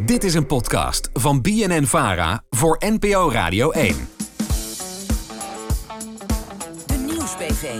Dit is een podcast van BNN-VARA voor NPO Radio 1. De Nieuwsbv.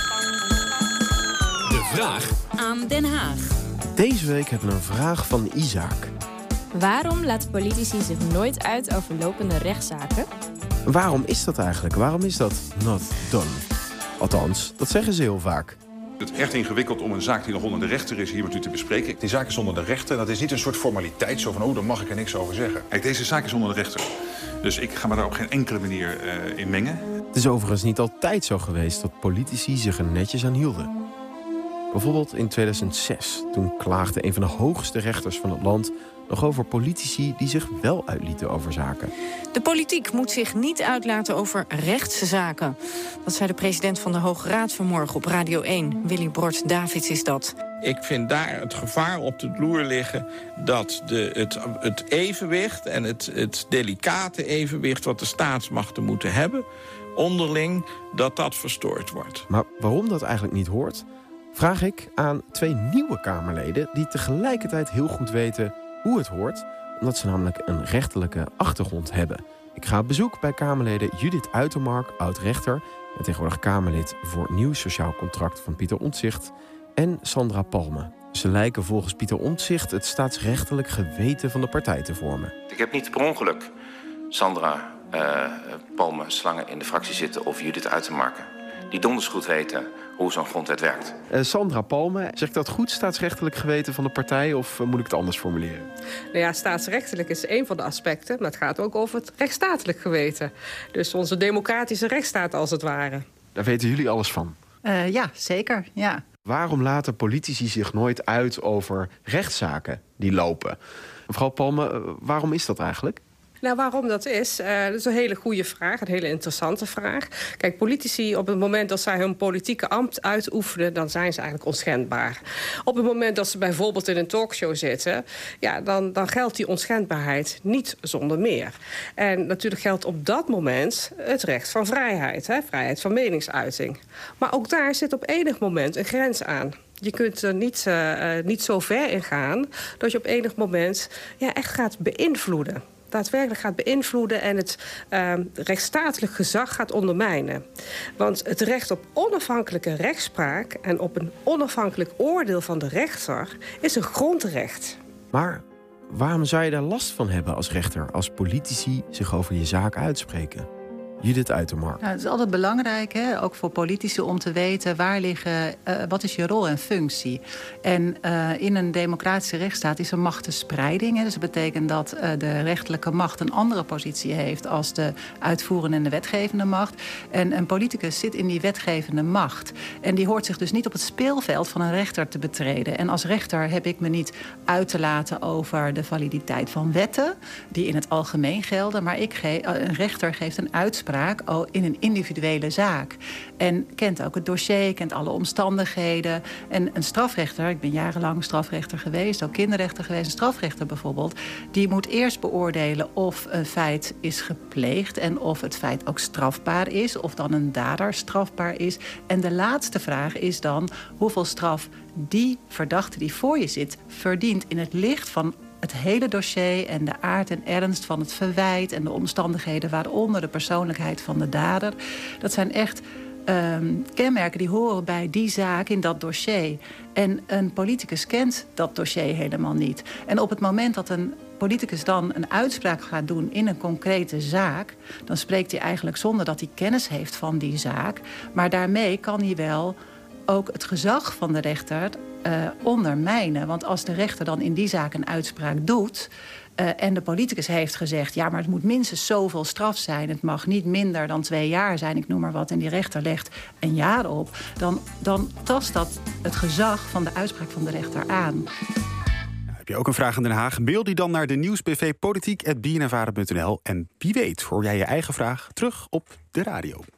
De vraag Aan Den Haag. Deze week hebben we een vraag van Isaac. Waarom laten politici zich nooit uit over lopende rechtszaken? Waarom is dat eigenlijk? Waarom is dat not done? Althans, dat zeggen ze heel vaak. Het is echt ingewikkeld om een zaak die nog onder de rechter is hier met u te bespreken. Die zaak is onder de rechter. Dat is niet een soort formaliteit. Zo van, daar mag ik er niks over zeggen. Kijk, deze zaak is onder de rechter. Dus ik ga me daar op geen enkele manier in mengen. Het is overigens niet altijd zo geweest dat politici zich er netjes aan hielden. Bijvoorbeeld in 2006. Toen klaagde een van de hoogste rechters van het land nog over politici die zich wel uitlieten over zaken. De politiek moet zich niet uitlaten over rechtszaken. Dat zei de president van de Hoge Raad vanmorgen op Radio 1. Willy Bort-Davids is dat. Ik vind daar het gevaar op de loer liggen dat het evenwicht en het delicate evenwicht wat de staatsmachten moeten hebben, onderling, dat verstoord wordt. Maar waarom dat eigenlijk niet hoort, vraag ik aan twee nieuwe Kamerleden die tegelijkertijd heel goed weten hoe het hoort, omdat ze namelijk een rechterlijke achtergrond hebben. Ik ga op bezoek bij Kamerleden Judith Uitermark, oud-rechter en tegenwoordig Kamerlid voor Nieuw Sociaal Contract van Pieter Omtzigt, en Sandra Palme. Ze lijken volgens Pieter Omtzigt het staatsrechtelijk geweten van de partij te vormen. Ik heb niet per ongeluk Sandra Palme Slangen in de fractie zitten of Judith Uitermark, die donders goed weten hoe zo'n grondwet werkt. Sandra Palme, zegt dat goed, staatsrechtelijk geweten van de partij, of moet ik het anders formuleren? Nou ja, staatsrechtelijk is één van de aspecten, maar het gaat ook over het rechtsstatelijk geweten. Dus onze democratische rechtsstaat als het ware. Daar weten jullie alles van? Ja, zeker. Ja. Waarom laten politici zich nooit uit over rechtszaken die lopen? Mevrouw Palme, waarom is dat eigenlijk? Nou, waarom dat is een hele goede vraag, een hele interessante vraag. Kijk, politici, op het moment dat zij hun politieke ambt uitoefenen, dan zijn ze eigenlijk onschendbaar. Op het moment dat ze bijvoorbeeld in een talkshow zitten, ja, dan geldt die onschendbaarheid niet zonder meer. En natuurlijk geldt op dat moment het recht van vrijheid, vrijheid van meningsuiting. Maar ook daar zit op enig moment een grens aan. Je kunt er niet zo ver in gaan dat je op enig moment echt gaat beïnvloeden. Daadwerkelijk gaat beïnvloeden en het rechtsstatelijk gezag gaat ondermijnen. Want het recht op onafhankelijke rechtspraak en op een onafhankelijk oordeel van de rechter is een grondrecht. Maar waarom zou je daar last van hebben als rechter, als politici zich over je zaak uitspreken? Judith Uitermark. Nou, het is altijd belangrijk, ook voor politici, om te weten wat is je rol en functie. En in een democratische rechtsstaat is er machtenspreiding. Dus dat betekent dat de rechterlijke macht een andere positie heeft als de uitvoerende en de wetgevende macht. En een politicus zit in die wetgevende macht. En die hoort zich dus niet op het speelveld van een rechter te betreden. En als rechter heb ik me niet uit te laten over de validiteit van wetten die in het algemeen gelden. Maar een rechter geeft een uitspraak in een individuele zaak. En kent ook het dossier, kent alle omstandigheden. En een strafrechter, ik ben jarenlang strafrechter geweest, ook kinderrechter geweest, een strafrechter bijvoorbeeld, die moet eerst beoordelen of een feit is gepleegd en of het feit ook strafbaar is, of dan een dader strafbaar is. En de laatste vraag is dan hoeveel straf die verdachte die voor je zit verdient in het licht van het hele dossier en de aard en ernst van het verwijt en de omstandigheden waaronder de persoonlijkheid van de dader. Dat zijn echt kenmerken die horen bij die zaak in dat dossier. En een politicus kent dat dossier helemaal niet. En op het moment dat een politicus dan een uitspraak gaat doen in een concrete zaak, dan spreekt hij eigenlijk zonder dat hij kennis heeft van die zaak. Maar daarmee kan hij wel ook het gezag van de rechter ondermijnen. Want als de rechter dan in die zaak een uitspraak doet en de politicus heeft gezegd, ja, maar het moet minstens zoveel straf zijn, het mag niet minder dan 2 jaar zijn, ik noem maar wat, en die rechter legt een jaar op, dan tast dat het gezag van de uitspraak van de rechter aan. Heb je ook een vraag aan Den Haag? Mail die dan naar de nieuwsbv politiek@bnnvara.nl. En wie weet hoor jij je eigen vraag terug op de radio.